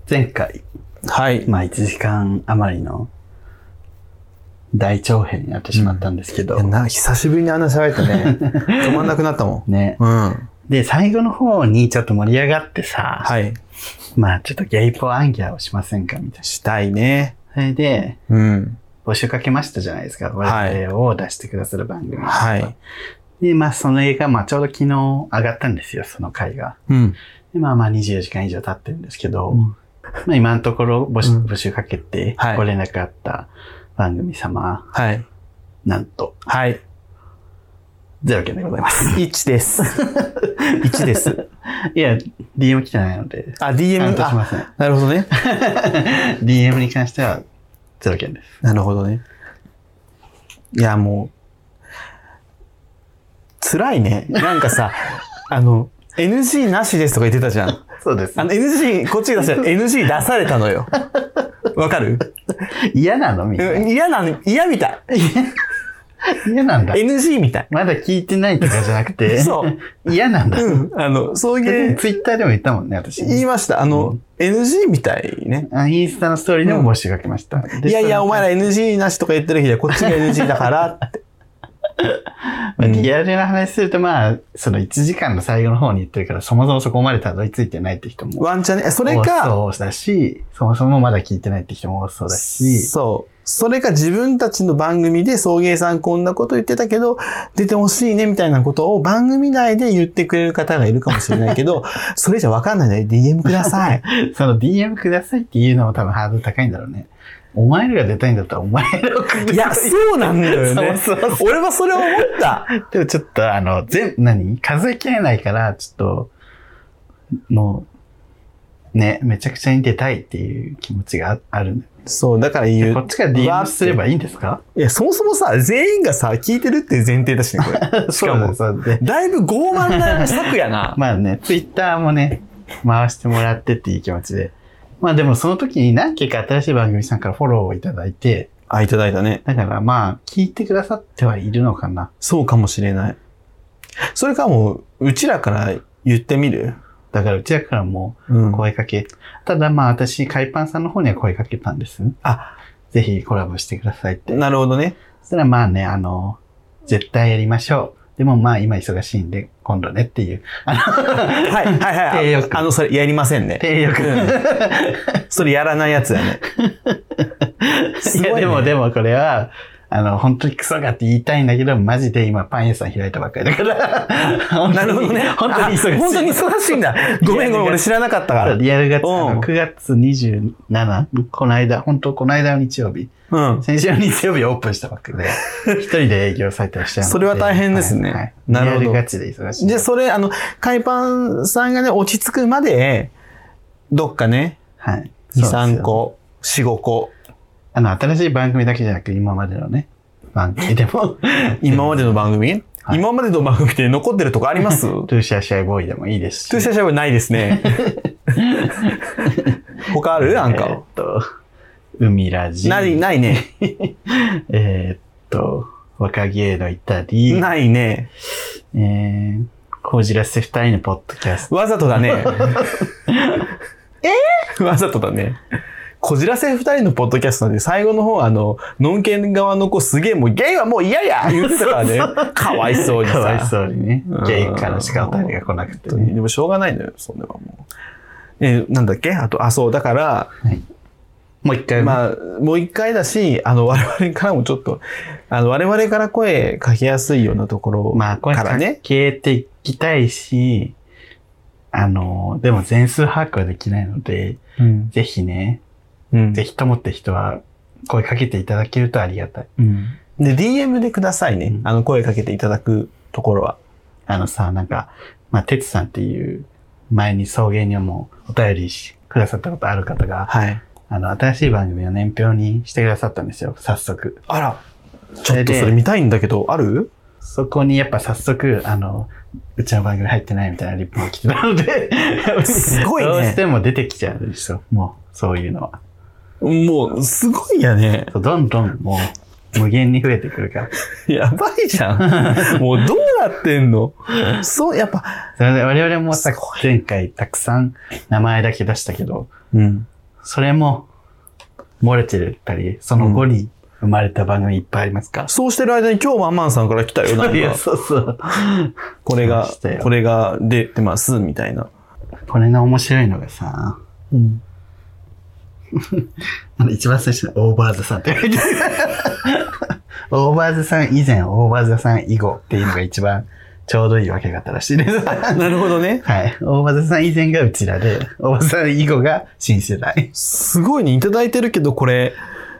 前回、 はい。 まあ1時間余りの大長編になってしまったんですけど。 久しぶりにあんな喋ってね、止まんなくなったもん。 ね。 うん。 で、最後の方にちょっと盛り上がってさ、 はい。 まあちょっとゲイポアンギャーをしませんかみたいな。 したいね。 それで、 うん。 募集かけましたじゃないですか。我々を出してくださる番組。 はい。 で、まあその映画、まあちょうど昨日上がったんですよ、その回が。 うん。 で、まあ24時間以上経ってるんですけど、まあ今のところ募集かけて、ご連絡あった番組様。 はい。 なんと。 はい。 0件でございます。 1です。1です。 いや、DM 来てないので。 あ、DM しません。 なるほどね。 DM に関しては0件です。 なるほどね。いや、もう、辛いね。なんかさ、NG なしですとか言ってたじゃん。 そうです。 NG、こっちが出したら NG 出されたのよ。わかる？ 嫌なのみたいな。 嫌みたい。 嫌なんだ。 NG みたい。 まだ聞いてないとかじゃなくて。 そう。 嫌なんだ。 そういう。 ツイッターでも言ったもんね、私。 言いました。NG みたいね。 インスタのストーリーでも募集かけました。 いやいや、お前ら NG なしとか言ってる日でこっちが NG だからって。 リアルな話すると、まあ、その1時間の最後の方に言ってるから、そもそもそこまでたどり着いてないって人も。 ワンチャンね、それか。 そうだし、そもそもまだ聞いてないって人も多そうだし。 そう。それか自分たちの番組で送迎さんこんなこと言ってたけど、出てほしいねみたいなことを番組内で言ってくれる方がいるかもしれないけど、それじゃわかんないので DM ください。 その DM くださいっていうのも多分ハードル高いんだろうね。お前らが出たいんだったらお前らをいや、そうなんだよね。 そう。 俺はそれを思った。 でもちょっと数えきれないから、ちょっと、もう、ね、めちゃくちゃに出たいっていう気持ちがあるんだよ。 そう、だからこっちから DM すればいいんですか？ いや、そもそもさ、全員がさ、聞いてるっていう前提だしね、これ。しかも、だいぶ傲慢な策やな。 まあね、Twitter もね、回してもらってっていう気持ちで。まあでもその時に何件か新しい番組さんからフォローをいただいて。 いただいたね。 だからまあ、聞いてくださってはいるのかな。 そうかもしれない。それかもうちらから言ってみる？ だからうちらからも声かけ。ただまあ私、海パンさんの方には声かけたんです。ぜひコラボしてくださいって。 なるほどね。 そしたらまあね、絶対やりましょう。でもまあ今忙しいんで、今度ねっていう。 はい。それやりませんね。 定欲。 それやらないやつだね。 いや、でもこれは、本当にクソがって言いたいんだけど、マジで今パン屋さん開いたばっかりだから。 なるほどね。 本当に忙しい。 本当に忙しいんだ。ごめん、俺知らなかったから。 リアルガチ9月27？この間の日曜日。先週の日曜日オープンしたばっかりで、一人で営業されてらっしゃるので。 それは大変ですね。 はい。なるほど。リアルガチで忙しい。 で、それ、海パンさんがね、落ち着くまで、どっかね、 はい。 2、3個、4、5個。 新しい番組だけじゃなくて、今までのね、番組でも。 今までの番組、今までの番組って残ってるとこあります？ トゥーシャーシャイボーイでもいいですし。 トゥーシャーシャイボーイないですね。他ある？なんか。 海ラジ。 ないね。 若芸のいたり。 ないね。 こじらせ二人のポッドキャスト。 わざとだね。わざとだね。こじらせ二人のポッドキャストなんで、最後の方ノンケン側の子すげえもうゲイはもう嫌や言ってたからね。かわいそうにさ。 かわいそうにね。ゲイからしかお便りが来なくて、ね。 でもしょうがないのよ、それはもう。なんだっけそう、だから、 はい、もう一回。 まあ、もう一回だし、我々からもちょっと、我々から声かけやすいようなところからね。 まあ、声かけていきたいし、でも全数把握はできないので、ぜひね、ぜひともって人は声かけていただけるとありがたい。 で、DM でくださいね。声かけていただくところは。 まあ、てつさんっていう前に送迎にもお便りくださったことある方が、 はい。 新しい番組を年表にしてくださったんですよ、早速。 あら。ちょっとそれ見たいんだけど、ある？ そこにやっぱ早速、うちの番組入ってないみたいなリプも来てたので、 すごいね。 どうしても出てきちゃうんですよ、もう、そういうのは。 もう、すごいやね。 どんどんもう、無限に増えてくるから。 やばいじゃん。もうどうなってんの？そう、やっぱ。 それで我々もさ、前回たくさん名前だけ出したけど、 それも漏れてたり、その後に生まれた番組いっぱいありますか、 そうしてる間に今日もアンマンさんから来たよ。なんかいや、そうそう。 これが出てます、みたいな。 これの面白いのがさ、一番最初にオーバーズさんって言われてオーバーズさん以前、オーバーズさん以後っていうのが一番ちょうどいい分け方らしいです。 なるほどね。 はい。オーバーズさん以前がうちらで、オーバーズさん以後が新世代。 すごいね、いただいてるけど、これ、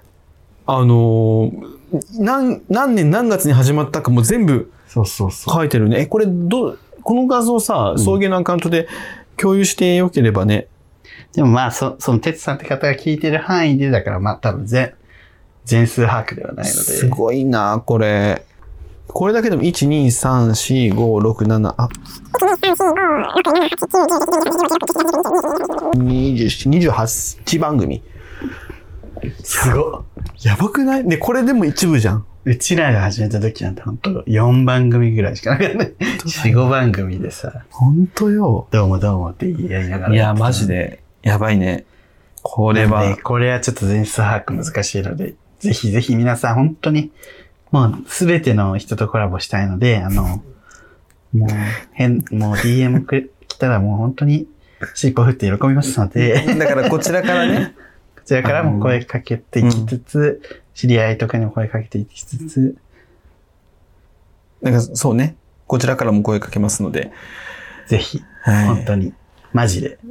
何年何月に始まったかも全部書いてるね。これこの画像さ、送迎のアカウントで共有してよければね。 でもまあ、その哲さんって方が聞いてる範囲で、だからまあ多分全数把握ではないので。 すごいな、これ。これだけでも1、2、3、4、5、6、7、28番組。 すごい。やばくない？ね、これでも一部じゃん。 うちらが始めた時なんてほんと4番組ぐらいしかなかったね。4、5番組でさ。 ほんとよ。 どうもどうもって言いながら。 いや、マジで。やばいね。これは。 これはちょっと全数把握難しいので、ぜひぜひ皆さん本当に、もうすべての人とコラボしたいので、もう DM 来たらもう本当に尻尾振って喜びますので。 だからこちらからね。 こちらからも声かけていきつつ、知り合いとかにも声かけていきつつ。 なんかそうね。こちらからも声かけますので。 ぜひ、本当に。マジで。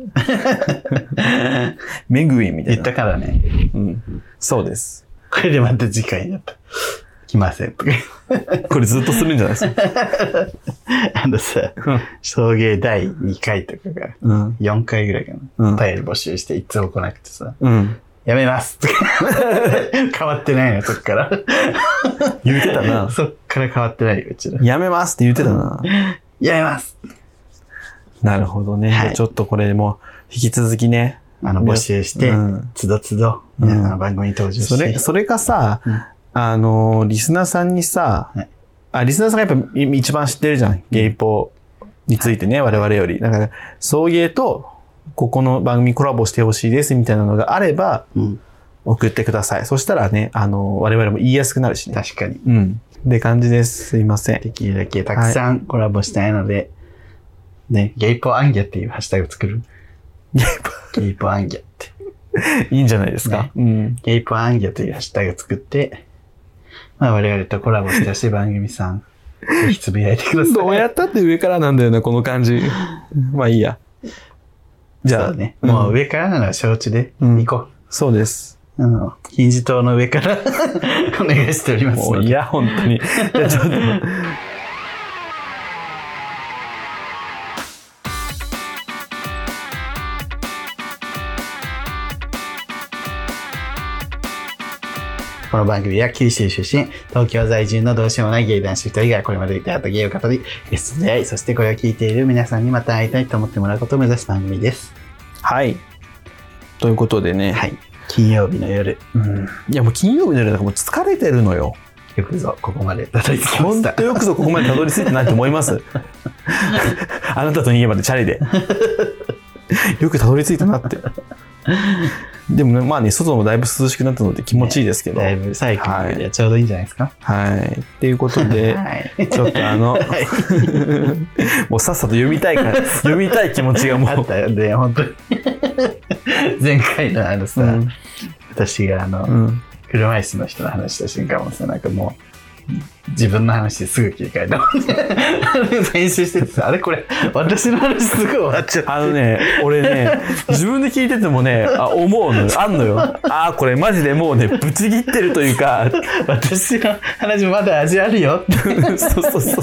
めぐいみたいな。 言ったからね。 うん。そうです。 これでまた次回になった。来ませんとか。 これずっとするんじゃないですか。 さ、送迎第2回とかが、4回ぐらいかな。便り募集していつも来なくてさ、やめますとか変わってないの、そっから。 言ってたな。 そっから変わってないよ、うちら。 やめますって言ってたな。 やめます。 なるほどね。はい、ちょっとこれも引き続きね。 募集して、つどつど、皆さんの番組に登場して。 それかさ、リスナーさんにさ、リスナーさんがやっぱ一番知ってるじゃん。ゲイポについてね、我々より。だから、送迎と、ここの番組コラボしてほしいですみたいなのがあれば、送ってください。そしたらね、我々も言いやすくなるしね。 確かに。 って感じです。すいません。 できるだけたくさんコラボしたいので、ね、ゲイポアンギャっていうハッシュタグ作る。ゲイポアンギャって。 いいんじゃないですか。 ゲイポアンギャというハッシュタグ作って、まあ我々とコラボしてほしい番組さん、ぜひつぶやいてください。 どうやったって上からなんだよな、この感じ。まあいいや。 じゃあね、もう上からなら承知で行こう。 そうです。 金字塔の上からお願いしておりますので。 いや、本当に。じゃあちょっとこの番組は九州出身、東京在住のどうしようもないゲイ男子2人がこれまで出会ったゲイを語り、ゲストで会い、そしてこれを聞いている皆さんにまた会いたいと思ってもらうことを目指す番組です。 はい。ということでね。 はい。金曜日の夜。 いやもう金曜日の夜だからもう疲れてるのよ。 よくぞここまでたどり着きました。 本当よくぞここまでたどり着いてないと思います。あなたと逃げまでチャリで。よくたどり着いたなって。でもね、まあね、外もだいぶ涼しくなったので気持ちいいですけど。 だいぶサイクルでちょうどいいんじゃないですか。 はい。っていうことで、ちょっともうさっさと読みたい気持ちがもう。 あったよね、本当に。前回のさ、私が車椅子の人の話した瞬間もさ、なんかもう、自分の話ですぐ切り替えた。編集しててさ、あれこれ、私の話すぐ終わっちゃった。 俺ね、自分で聞いててもね、思うのよ。あんのよ。これマジでもうね、ぶち切ってるというか、 私の話まだ味あるよ。 そう。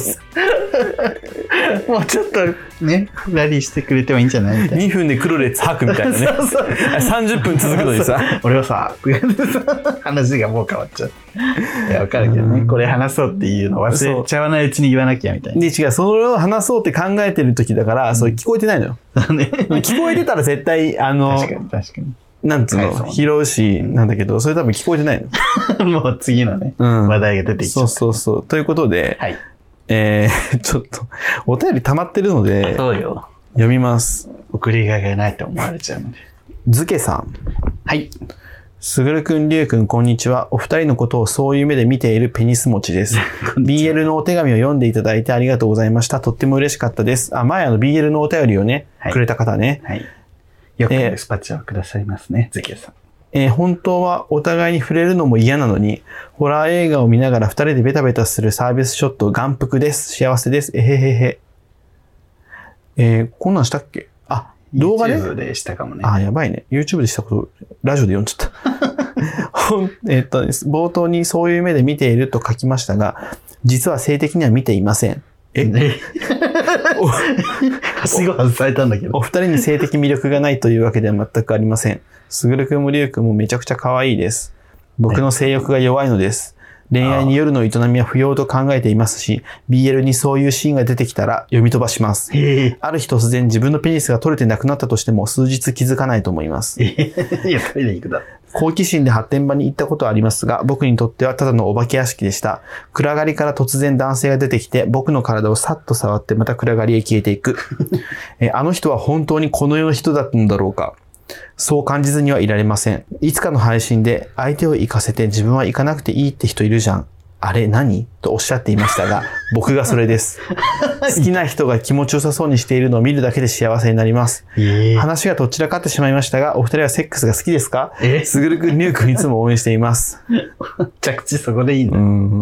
もうちょっとね、ラリーしてくれてもいいんじゃないみたいな。 2分で黒列吐くみたいなね。そう。30分続くのにさ。 俺はさ、話がもう変わっちゃう。いや、わかるけどね。これ話そうっていうの忘れちゃわないうちに言わなきゃみたいな。 で、違う、それを話そうって考えてる時だから、それ聞こえてないのよ。聞こえてたら絶対、 確かに。 なんつうの、拾うし、なんだけど、それ多分聞こえてないの。もう次のね、話題が出てきちゃう。 そう。ということで、 はい。 ちょっと、お便り溜まってるので、 そうよ。 読みます。 送りがいがないと思われちゃうので。 ズケさん。 はい。 すぐるくん、りゅうくん、こんにちは。お二人のことをそういう目で見ているペニス持ちです。BL のお手紙を読んでいただいてありがとうございました。とっても嬉しかったです。前BL のお便りをね、はい、くれた方ね。はい。 よくスパチャをくださいますね、ゼキヤさん。本当はお互いに触れるのも嫌なのに、ホラー映画を見ながら二人でベタベタするサービスショット、眼福です。幸せです。えへへへ。こんなんしたっけ？動画で YouTube でしたかもね。 やばいね。YouTube でしたこと、ラジオで読んじゃった。冒頭にそういう目で見ていると書きましたが、実は性的には見ていません。 はしご外されたんだけど。 お二人に性的魅力がないというわけでは全くありません。すぐるくんもりゅうくんもめちゃくちゃ可愛いです。僕の性欲が弱いのです。恋愛に夜の営みは不要と考えていますし、BL にそういうシーンが出てきたら読み飛ばします。ある日突然自分のペニスが取れてなくなったとしても数日気づかないと思います。 いや、トイレ行くだ。 好奇心で発展場に行ったことはありますが、僕にとってはただのお化け屋敷でした。暗がりから突然男性が出てきて、僕の体をさっと触ってまた暗がりへ消えていく。あの人は本当にこの世の人だったんだろうか。そう感じずにはいられません。いつかの配信で相手を行かせて自分は行かなくていいって人いるじゃん。あれ何？とおっしゃっていましたが、僕がそれです。好きな人が気持ちよさそうにしているのを見るだけで幸せになります。話がどちらかってしまいましたが、お二人はセックスが好きですか？すぐるくん、りゅうくんいつも応援しています。 着地そこでいいんだ。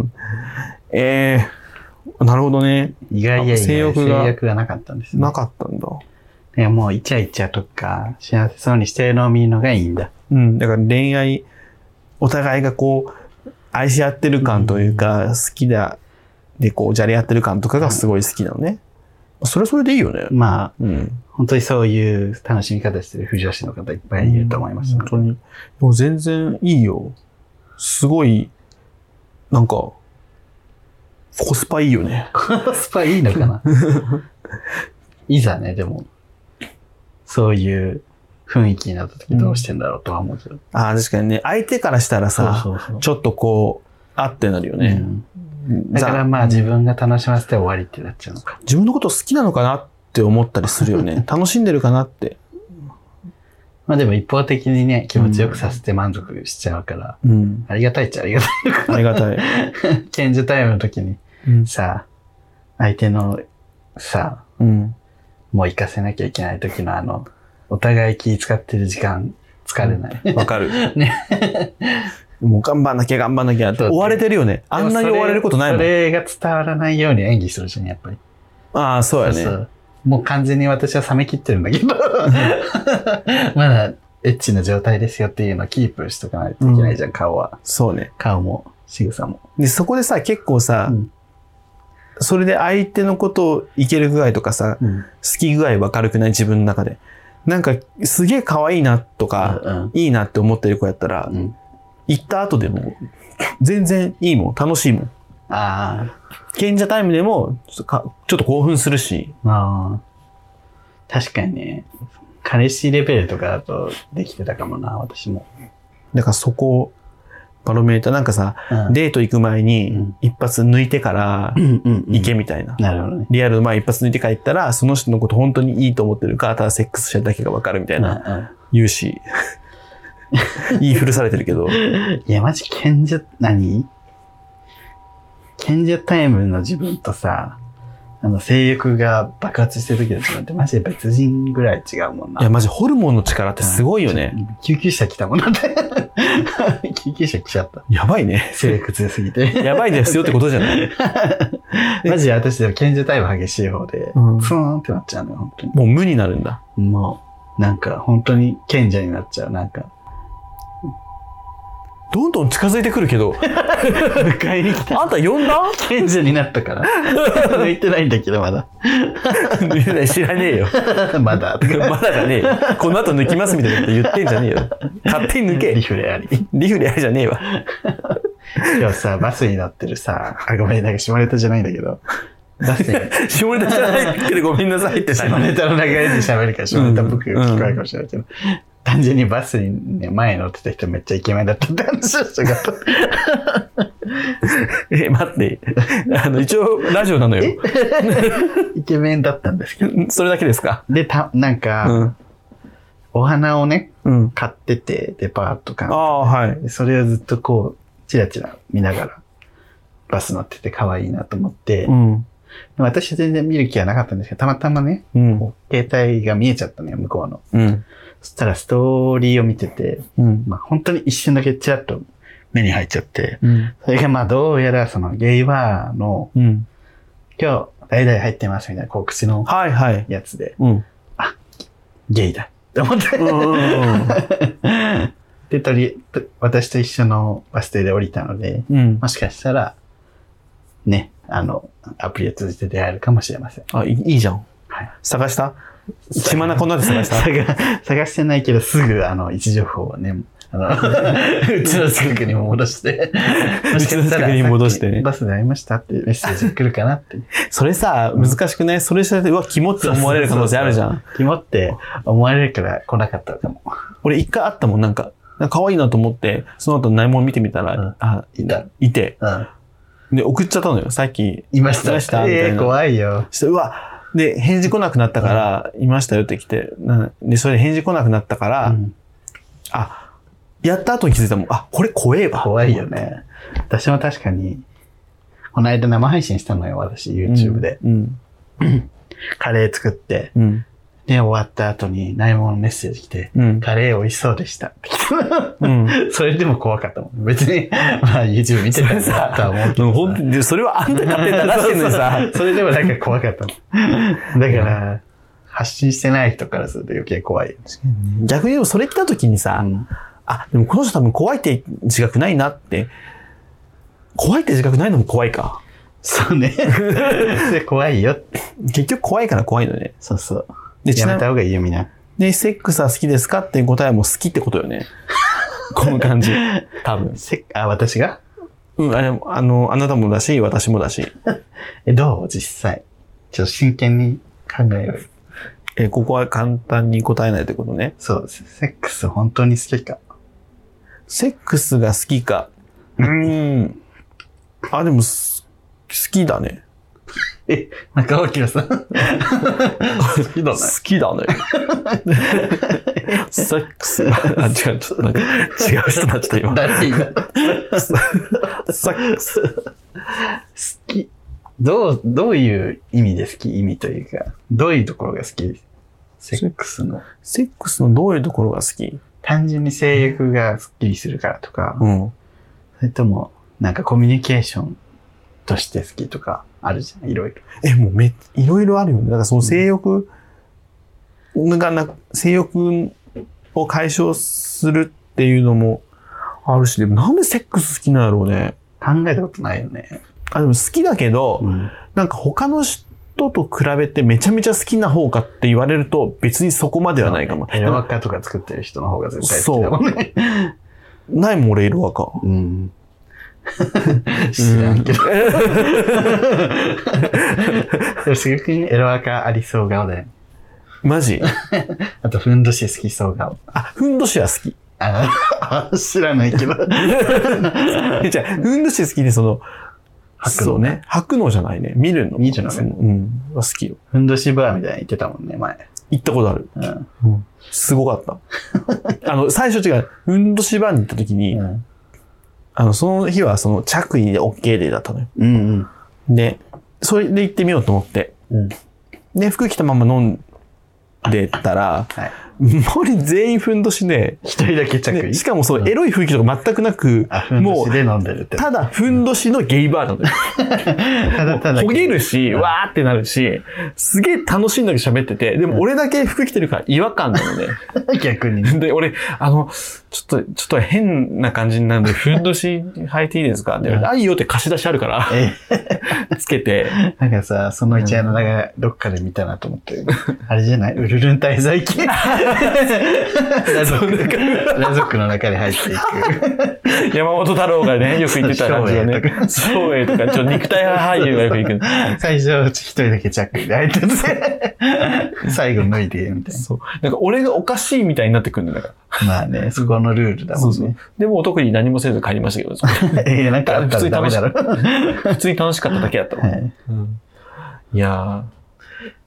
なるほどね。 意外性欲がなかったんですね。 なかったんだ。 もうイチャイチャとか幸せそうにしてるのを見るのがいいんだ。 だから恋愛、お互いがこう、愛し合ってる感というか、好きだ、でこう、じゃれ合ってる感とかがすごい好きなのね。それはそれでいいよね。 本当にそういう楽しみ方してる不女子の方いっぱいいると思います、 本当に。もう全然いいよ。すごい、なんか、コスパいいよね。 コスパいいのかないざね、でも。そういう雰囲気になった時どうしてんだろうとは思うけど。 確かにね。相手からしたらさ、ちょっとこう、ってなるよね。 だから自分が楽しませて終わりってなっちゃうのか。 自分のこと好きなのかなって思ったりするよね。楽しんでるかなって。 でも一方的にね、気持ちよくさせて満足しちゃうから、ありがたいっちゃありがたいのかな。 ありがたい。 賢者タイムの時に、さ、相手のさ、もう行かせなきゃいけない時のお互い気使ってる時間、疲れない。 わかる。ね。もう頑張んなきゃって追われてるよね。あんなに追われることないもん。 それが伝わらないように演技するじゃん、やっぱり。 そうやね。 もう完全に私は冷め切ってるんだけど、まだエッチな状態ですよっていうのをキープしとかないといけないじゃん、顔は。 そうね。 顔も、仕草も。 で、そこでさ、結構さ、それで相手のことをいける具合とかさ、好き具合わかるくない自分の中で。なんか、すげえ可愛いなとか、いいなって思ってる子やったら、行った後でも、全然いいもん、楽しいもん。賢者タイムでも、ちょっと興奮するし。 確かにね、彼氏レベルとかだとできてたかもな、私も。 だからそこ、バロメーターなんかさ、デート行く前に一発抜いてから行けみたいな。 なるほどね。 リアルの前一発抜いてから行ったら、その人のこと本当にいいと思ってるか、ただセックスしただけがわかるみたいな、言うし。言い古されてるけど。 いや、マジ賢者タイムの自分とさ、性欲が爆発してる時の自分ってマジで別人ぐらい違うもんな。 いや、マジホルモンの力ってすごいよね。 救急車来たもんなんで。救急車来ちゃった。 やばいね。 性苦痛すぎて。 やばいですよってことじゃないマジで私でも賢者タイム激しい方で、ツーンってなっちゃうのよ、本当に。 もう無になるんだ。 もう、なんか本当に賢者になっちゃう、なんか。 どんどん近づいてくるけど。 迎えに来た。 あんた呼んだ？ 賢者になったから。抜いてないんだけど、まだ。 抜いてない、知らねえよ。 まだ。 まだじゃねえよ。この後抜きますみたいなこと言ってんじゃねえよ。勝手に抜け。 リフレあり。 リフレありじゃねえわ。 今日さ、バスに乗ってるさ、ごめん、なんか下ネタじゃないんだけど。バスに。 下ネタじゃないけどごめんなさいって下ネタの流れで喋るから下ネタっぽく聞こえるかもしれないけど。単純にバスにね、前乗ってた人めっちゃイケメンだったって話をしたかった。 待って。一応、ラジオなのよ。 イケメンだったんですけど。 それだけですか？ で、なんか、 お花をね、 うん。 買ってて、デパートか。 ああ、はい。 それをずっとこう、チラチラ見ながら、バス乗ってて可愛いなと思って、 うん。 私全然見る気はなかったんですけど、たまたまね、 うん。 携帯が見えちゃったのよ、向こうの。 うん。 そしたらストーリーを見てて、 うん。 まあ本当に一瞬だけチラッと目に入っちゃって、 うん。 それがまあどうやらそのゲイバーの、 うん。 今日代々入ってますみたいな告知のはいはい。 やつで、 うん。 あ、ゲイだって思って、で、私と一緒のバス停で降りたので、 うん。 もしかしたら、ね、アプリを通じて出会えるかもしれません。 あ、いいじゃん。 はい。 探した血眼になって探した探してないけど、すぐ、位置情報をね、うちの近くにも戻して、 うちの近くに戻してね。 バスで会いましたってメッセージ来るかなって。 それさ、難しくない？それしたら、うわ、キモって思われる可能性あるじゃん。 キモって思われるから来なかったかも。 俺一回あったもん、なんか可愛いなと思って、その後内門見てみたら、 うん、 あ、いて、うん。で、送っちゃったのよ、さっき。 いました。みたいな。怖いよ。 うわ、で、返事来なくなったから、いましたよって来て、で、それで返事来なくなったから、あ、やった後に気づいたもん、あ、これ怖えわ。 怖いよね。私も確かに、この間生配信したのよ、私、YouTube で。カレー作って、で、終わった後に内門のメッセージ来て、カレー美味しそうでしたって来た。それでも怖かったもん。別に、まあ YouTube 見てたんだとは思うけど。 本当に、それはあんた勝手に出してんのにさ。 それでもなんか怖かったの。だから、発信してない人からすると余計怖いよ。 逆にでもそれ来た時にさ、あ、でもこの人多分怖いって自覚ないなって、怖いって自覚ないのも怖いか。 そうね。怖いよって。 結局怖いから怖いのね。 そうそう。で、やめた方がいいよ、みんな。 で、セックスは好きですかっていう答えはもう好きってことよね。この感じ。多分。 私が？ うん、あなたもだし、私もだし。 どう？実際。ちょっと真剣に考えよう。 ここは簡単に答えないってことね。 そうです。セックス本当に好きか。 セックスが好きか。あ、でも、好きだね。 中尾明さん。好きだね。 好きだね。セックス。あ、違う、ちょっとなんか、違う人になっちゃった今。 誰だセックス。 好き。どういう意味で好き？意味というか、どういうところが好き？セックスの。 セックスのどういうところが好き？単純に性欲がスッキリするからとか、それとも、なんかコミュニケーションとして好きとかあるじゃん、いろいろ。 もういろいろあるよね。だからその性欲性欲を解消するっていうのもあるし、でもなんでセックス好きなんだろうね。 考えたことないよね。 でも好きだけど、なんか他の人と比べてめちゃめちゃ好きな方かって言われると別にそこまではないかも。 エロアカとか作ってる人の方が絶対好きだもんね。 ないもん俺エロアカ。 知らんけど。でもすごくエロアカありそう顔だよ。 マジ？ あと、ふんどし好きそう顔。 ふんどしは好き。 知らないけど。 じゃあ、ふんどし好きでそうね。履くのじゃないね。見るの。 見るのね。 好きよ。 ふんどしバーみたいな言ってたもんね、前。 行ったことある。すごかった。最初違う。ふんどしバーに行った時に、その日は着衣で OK デーだったのよ。で、それで行ってみようと思って。で、服着たまま飲んでたら、周り全員ふんどしで、 一人だけ着衣。 しかもエロい雰囲気とか全くなく、 もう、 ただふんどしのゲイバーなのよ。焦げるし、わーってなるし、すげえ楽しいんだけど喋ってて、でも俺だけ服着てるから違和感なのね。 逆に。 で、俺、ちょっと変な感じになるんで、ふんどし履いていいですかって言われて、あ、いいよって貸し出しあるから、つけて。 なんかさ、その一夜の中どっかで見たなと思って、あれじゃない？ウルルン滞在記。裸族の中に入っていく。 山本太郎がね、よく言ってた感じよね。翔英とか、肉体派俳優がよく行く。 最初、一人だけ着衣で入ってて、最後脱いで、みたいな。 そう。なんか俺がおかしいみたいになってくるんだから。 まあね、そこのルールだもんね。 でも特に何もせず帰りましたけど。 なんかあったらダメだろ。 普通に楽しかっただけだったもん。いや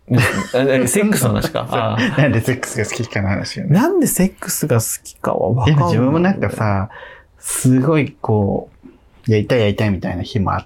セックスの話か。 なんでセックスが好きかの話よね。 なんでセックスが好きかはわかんない。 でも自分もなんかさ、すごいこう、やりたいみたいな日もあって、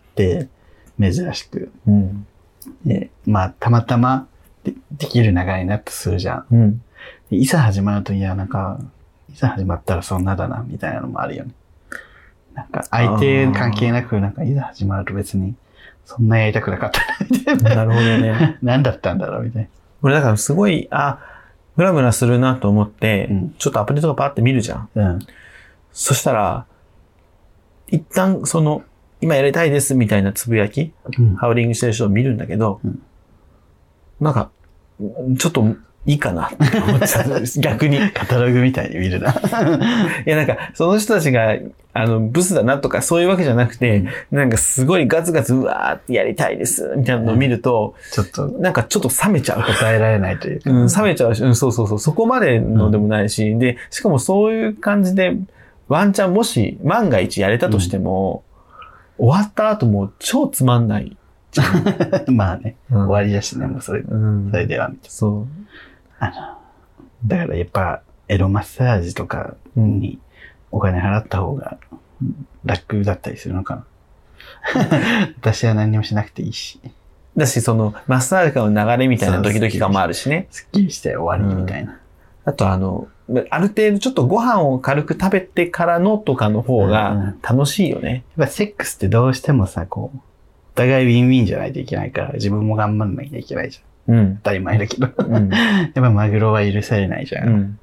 珍しく。 うん。 で、まあ、たまたまできる流れになってするじゃん。 うん。 いざ始まると、いや、なんか、いざ始まったらそんなだな、みたいなのもあるよね。なんか、相手関係なく、なんか、いざ始まると別に、そんなやりたくなかったな、みたいな。 なるほどね。 何だったんだろう、みたいな。 俺だからすごい、ムラムラするなと思って、ちょっとアプリとかパーって見るじゃん。 うん。 そしたら、一旦今やりたいですみたいなつぶやき、ハウリングしてる人を見るんだけど、なんか、ちょっといいかなって思っちゃう。逆に。 カタログみたいに見るな。 いやなんか、その人たちが、ブスだなとかそういうわけじゃなくて、なんかすごいガツガツうわーってやりたいです、みたいなのを見ると、 ちょっと、 なんかちょっと冷めちゃう。 答えられないというか。 冷めちゃうし、そう。そこまでのでもないし、で、しかもそういう感じで、ワンチャンもし万が一やれたとしても、終わった後もう超つまんない。 まあね、終わりだしね、もうそれではみたいな。 そう。 だからやっぱ、エロマッサージとかにお金払った方が楽だったりするのかな。私は何にもしなくていいし。 だし、マッサージ感の流れみたいなドキドキ感もあるしね。 すっきりして終わりみたいな。 あとある程度ちょっとご飯を軽く食べてからのとかの方が楽しいよね。 やっぱセックスってどうしてもさ、こう、お互いウィンウィンじゃないといけないから、自分も頑張んなきゃいけないじゃん。当たり前だけど。やっぱマグロは許されないじゃん。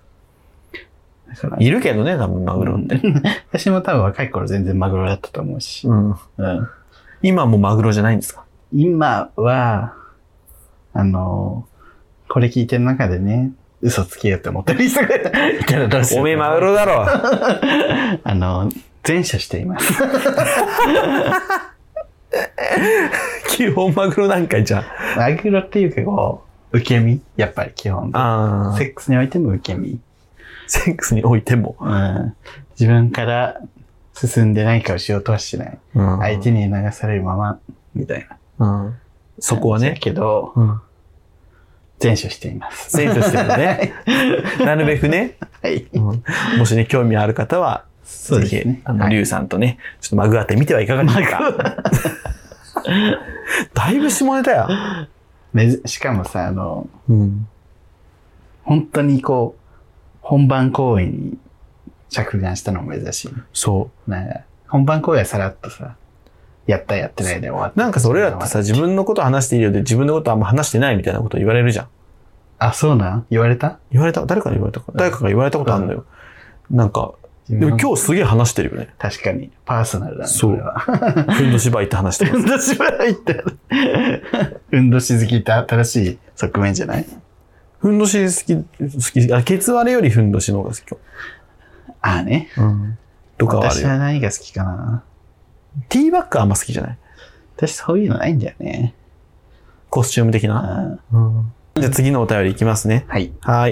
いるけどね、多分マグロって。 私も多分若い頃全然マグロだったと思うし。 今もマグロじゃないんですか？ 今は、これ聞いてる中でね、嘘つけよって思ってる人がいたらどうしよう。 おめえマグロだろ。 前処しています。 基本マグロなんかいじゃん。 マグロっていうかこう、受け身やっぱり基本。セックスにおいても受け身。 セックスにおいても。 自分から進んで何かをしようとはしない。相手に流されるまま、みたいな。 そこはね。 けど、前処しています。 前処してるね。なるべくね。 はい。 もしね、興味ある方は、ぜひ、リュウさんとね、ちょっとマグ当て見てはいかがでしょうか。だいぶ下ネタや。 しかもさ、本当にこう、本番行為に着眼したのも珍しい。 そう。 本番行為はさらっとさ、やったやってないで終わった。 なんかそれらってさ、自分のこと話していいようで自分のことあんま話してないみたいなこと言われるじゃん。 あ、そうなん言われた？ 誰かが言われたか。誰かが言われたことあるんだよ。なんか、でも今日すげえ話してるよね。 確かに。パーソナルだね。 そう。ふんどしばいって話してます。 ふんどしばいって。ふんどし好きって新しい側面じゃない？ ふんどし好き。ケツ割れよりふんどしの方が好きか。 ああね。 とかはあるよ。 私は何が好きかな。 ティーバッグあんま好きじゃない？ 私そういうのないんだよね。 コスチューム的な。じゃあ次のお便りいきますね。 はい。 はい。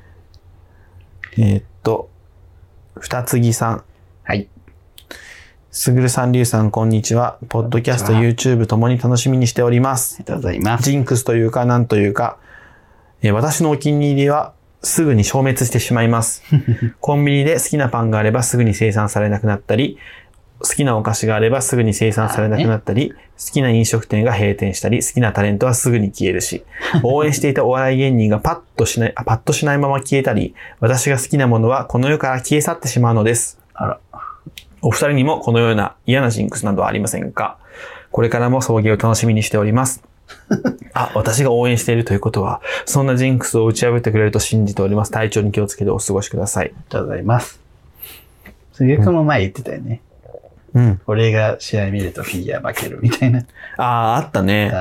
二つぎさん。 はい。 すぐるさん、りゅうさん、こんにちは。ポッドキャスト、YouTube ともに楽しみにしております。 ありがとうございます。 ジンクスというか、なんというか、私のお気に入りはすぐに消滅してしまいます。コンビニで好きなパンがあればすぐに生産されなくなったり、好きなお菓子があればすぐに生産されなくなったり、好きな飲食店が閉店したり、好きなタレントはすぐに消えるし、応援していたお笑い芸人がパッとしないまま消えたり、私が好きなものはこの世から消え去ってしまうのです。 あら。 お二人にもこのような嫌なジンクスなどはありませんか？これからも送迎を楽しみにしております。私が応援しているということは、そんなジンクスを打ち破ってくれると信じております。体調に気をつけてお過ごしください。 ありがとうございます。すげくも前言ってたよね。俺が試合見るとフィギュア負けるみたいな。 あったね。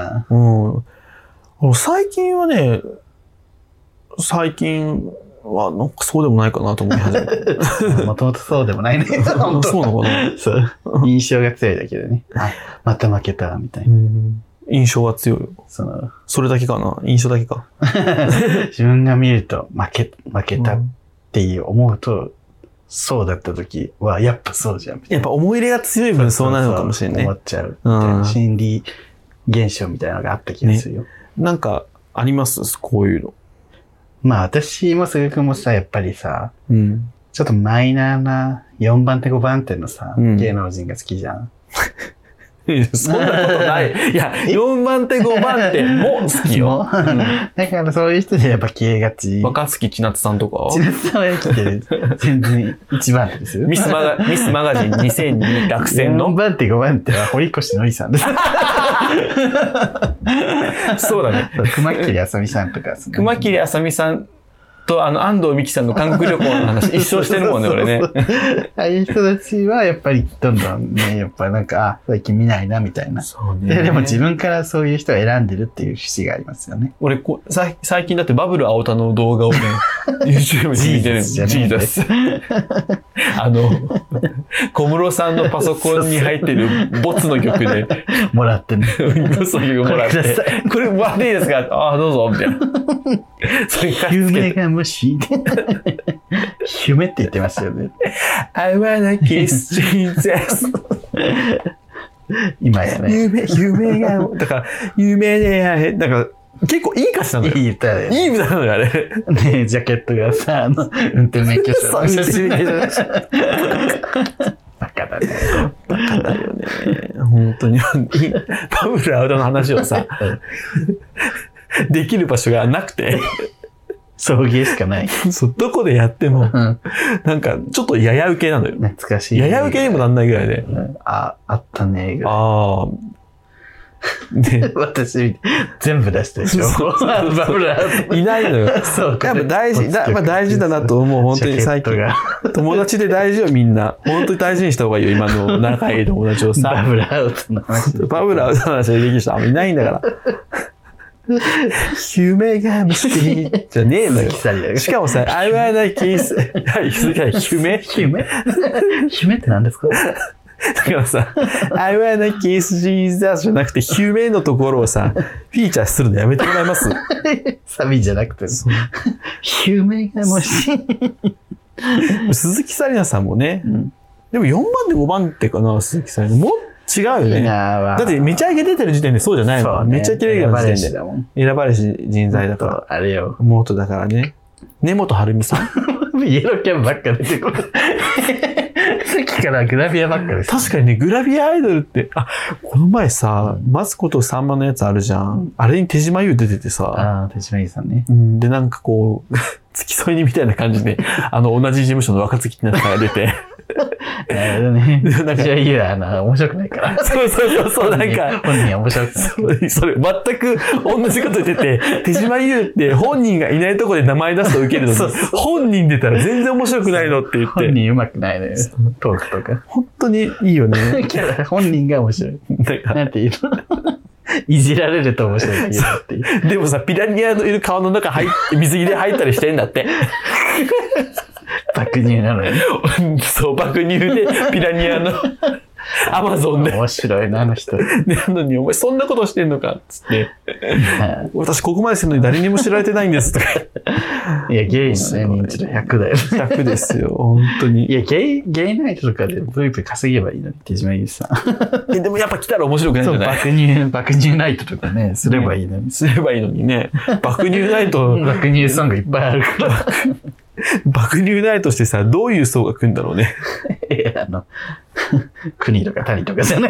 最近はなんかそうでもないかなと思い始めて。 もともとそうでもないね。そうなのかな？ そう。印象が強いだけでね。また負けた、みたいな。 印象が強いよ。それだけかな？印象だけか。 自分が見ると負けたって思うと、そうだった時は、やっぱそうじゃん。 やっぱ思い入れが強い分そうなるのかもしれない。 思っちゃう。心理現象みたいなのがあった気がするよ。 なんか、 ありますこういうの。 まあ私もすぐくんもさ、やっぱりさ、 うん。 ちょっとマイナーな4番手5番手のさ、芸能人が好きじゃん。 そんなことない。いや、4番手5番手も好きよ。 だからそういう人でやっぱ消えがち。 若槻千夏さんとか千夏さんは生きてる。全然1番手ですよ。 ミスマガジン2002落選の。 4番手5番手は堀越のりさんです。 そうだね。 熊切あさみさんとか。 熊切あさみさんと安藤美希さんの韓国旅行の話一生してるもんね、俺ね。 ああいう人たちはやっぱりどんどんね、やっぱなんか、最近見ないなみたいな。 そうね。 でも自分からそういう人を選んでるっていう節がありますよね。 俺最近だってバブル青田の動画をね、YouTube で見てる。ジーザス。小室さんのパソコンに入ってるボツの曲で。 もらってね。 ボツの曲もらって。これもらっていいですか？ああ、どうぞ、みたいな。それ夢がもし、夢って言ってますよね。 I wanna kiss Jesus. 今やね。 夢が、だから、夢で、だから、結構いい歌詞なのよ。 いい歌だよ。 いい歌なのよ、あれ。 ねジャケットがさ、運転免許証の写真で。バカだね。 バカだよね。本当に。バブルアウトの話をさ、できる場所がなくて。 送迎しかない。 そう、どこでやっても、なんか、ちょっとやや受けなのよ。 懐かしい。 やや受けにもなんないぐらいで。 あったね。 ああ。ね、 私、全部出したでしょ。バブルアウト。 いないのよ。 そうか。 やっぱ大事だなと思う。本当に最近。友達で大事よ、みんな。本当に大事にした方がいいよ、今の仲いい友達をさ。 バブルアウトの話。 バブルアウトの話でできる人あんまいないんだから。夢が見しじゃねえのよ。しかもさ、I wanna kiss。 夢って何ですか？ だからさ、I wanna kiss Jesus じゃなくて、夢のところをさ、フィーチャーするのやめてもらえます？ サビじゃなくて、夢がもし。 鈴木紗理奈さんもね、でも4番手5番手かな、鈴木紗理奈。も違うよね。だってめちゃイケ出てる時点でそうじゃないもん。めちゃイケレギュラーの時点で。選ばれし人材だから。 あれよ。 妹だからね。根本晴美さん。 イエローキャンばっか出てくる。さっきからグラビアばっかです。 確かにね、グラビアアイドルって、この前さ、マツコとさんまのやつあるじゃん。あれに手島優出ててさ。 手島優さんね。 で、なんかこう、付き添いにみたいな感じで、同じ事務所の若槻ってやつが出て。 なるほどね。なんか、いや、面白くないから。 そう、なんか。 本人は面白くない。 それ、全く同じこと言ってて、手島優って本人がいないとこで名前出すと受けるのに、本人出たら全然面白くないのって言って。 本人上手くないのよ。トークとか。 本当にいいよね。 本人が面白い。なんて言うの？いじられると面白いっていう。 でもさ、ピラニアのいる川の中入って、水着で入ったりしてんだって。 爆乳なのに。 そう、爆乳でピラニアのアマゾンで。 面白いな、あの人。 なのに、お前そんなことしてんのかっつって。私ここまでしてるのに誰にも知られてないんですとか。 いや、ゲイのね、認知度100だよ。 100ですよ、本当に。 いや、ゲイナイトとかでブイブイ稼げばいいのに、手島優さん。 でもやっぱ来たら面白くないんじゃない？ 爆乳ナイトとかね、すればいいのに。 すればいいのにね。爆乳ナイト。 爆乳ソングいっぱいあるから。 爆乳ナイトしてさ、どういう層が来るんだろうね。 いや、国とか谷とかじゃない。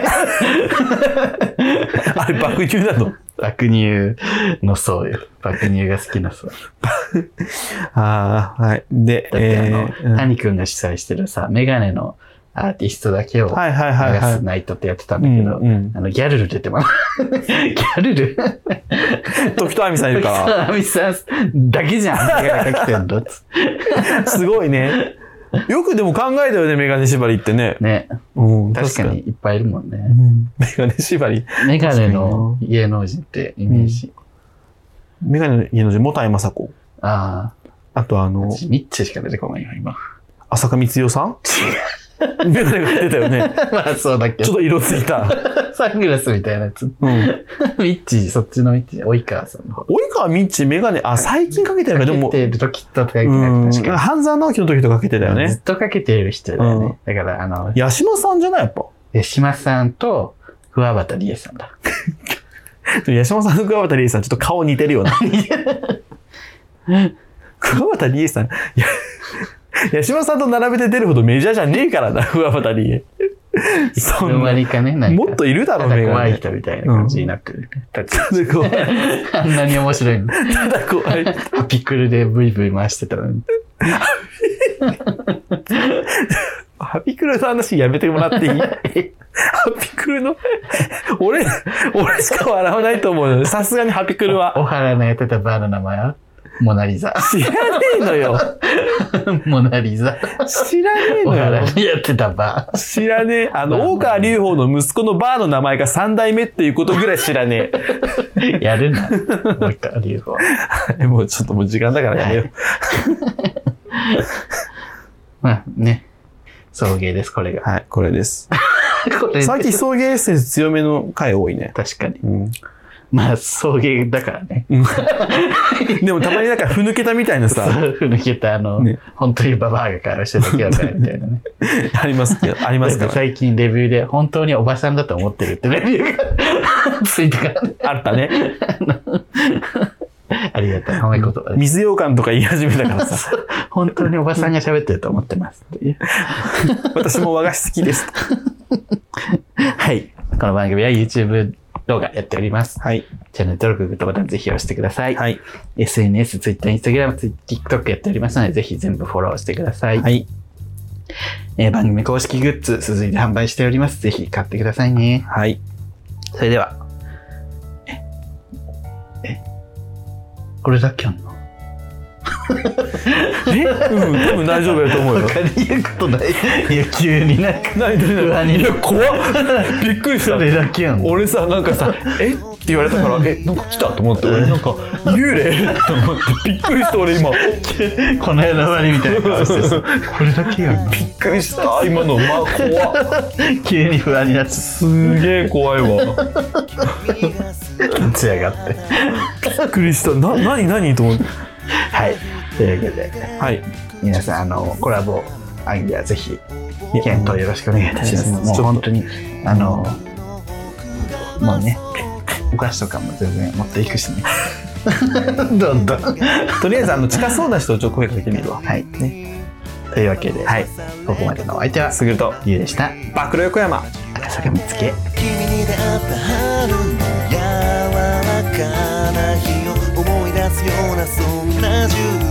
あれ爆乳なの？ 爆乳の層よ。爆乳が好きな層。 はい。で、 谷くんが主催してるさ、メガネのアーティストだけを流すナイトってやってたんだけど、ギャルル出てます。ギャルル時戸亜美さんいるから。 時戸亜美さんだけじゃん。メガネかけてんのすごいね。よくでも考えたよね、メガネ縛りってね。 ね。確かにいっぱいいるもんね。 メガネ縛り。 メガネの芸能人ってイメージ。 メガネの芸能人、もたいまさこ。 あとミッチしか出てこないよ、今。 浅香光代さんメガネが出たよね。 まあそうだっけど。 ちょっと色ついた。 サングラスみたいなやつ。ミッチ、そっちのミッチ、及川さんの方。 及川ミッチ、メガネ、最近かけてるかでも。 かけてる時とかけてない。確かに。 半沢直樹の時とかけてたよね。 ずっとかけてる人だよね。だから八島さんじゃないやっぱ。 八島さんと、桑畑理恵さんだ。 八嶋さんと桑畑理恵さんちょっと顔似てるよな。桑畑理恵さん、八嶋さんと並べて出るほどメジャーじゃねえからな、桑畑理恵。 そんなにかね、なんかもっといるだろうね。 怖い人みたいな感じになってる。あんなに面白いの。 ただ怖い。 ハピクルでブイブイ回してたのに。 ハピクルの話やめてもらっていい？ハピクルの、俺しか笑わないと思うよ。さすがにハピクルは。 小原のやってたバーの名前はモナリザ。 知らねえのよ。 モナリザ。 知らねえのよ。 小原のやってたバー。 知らねえ。大川隆法の息子のバーの名前が三代目っていうことぐらい知らねえ。やるな。大川隆法。 もうちょっともう時間だからやめよう。 まあね。送迎です、これが。 はい、これです。 これ最近送迎エッセンス強めの回多いね。 確かに。まあ、送迎だからね。 でもたまになんかふぬけたみたいなさ。 ふぬけた本当にババアが会話してるだけだからみたいなね。 ありますけど、ありますから。 最近レビューで本当におばさんだと思ってるってレビューがついてからね。 あったね。 ありがたい。褒め言葉です。 水羊羹とか言い始めたからさ。 本当におばさんが喋ってると思ってますっていう。 私も和菓子好きです。 はい。この番組は YouTube 動画やっております。 はい。 チャンネル登録、グッドボタンぜひ押してください。 はい。 SNS、Twitter、Instagram、TikTok やっておりますので、ぜひ全部フォローしてください。 はい。 番組公式グッズ、続いて販売しております。ぜひ買ってくださいね。 はい。 それでは。これだけあんの？ 多分大丈夫だと思うよ。 他に言うことない。いや、急になんか。不安に。 いや、怖っ。びっくりした。 それだけやんの。 俺さ、なんかさ、って言われたから、なんか来たと思って、俺なんか、幽霊と思って、びっくりした俺今。 この間終わりみたいな顔してさ、これだけやんの。 びっくりした、今の。まあ、怖っ。 急に不安になって。 すげえ怖いわ。 艶がって。 びっくりした。何と思って。 はい。というわけで、 はい。 皆さん、コラボアイデアぜひ、検討よろしくお願いいたします。もう本当に、もうね、お菓子とかも全然持っていくしね。どんどん。 とりあえず、近そうな人を声かけてみるわ。 はい。ね。というわけで、はい。ここまでのお相手は、 すぐるとゆうでした。 暴露横山。 赤坂見つけ。 君に出会った春の柔らかな日を思い出すようなそんな10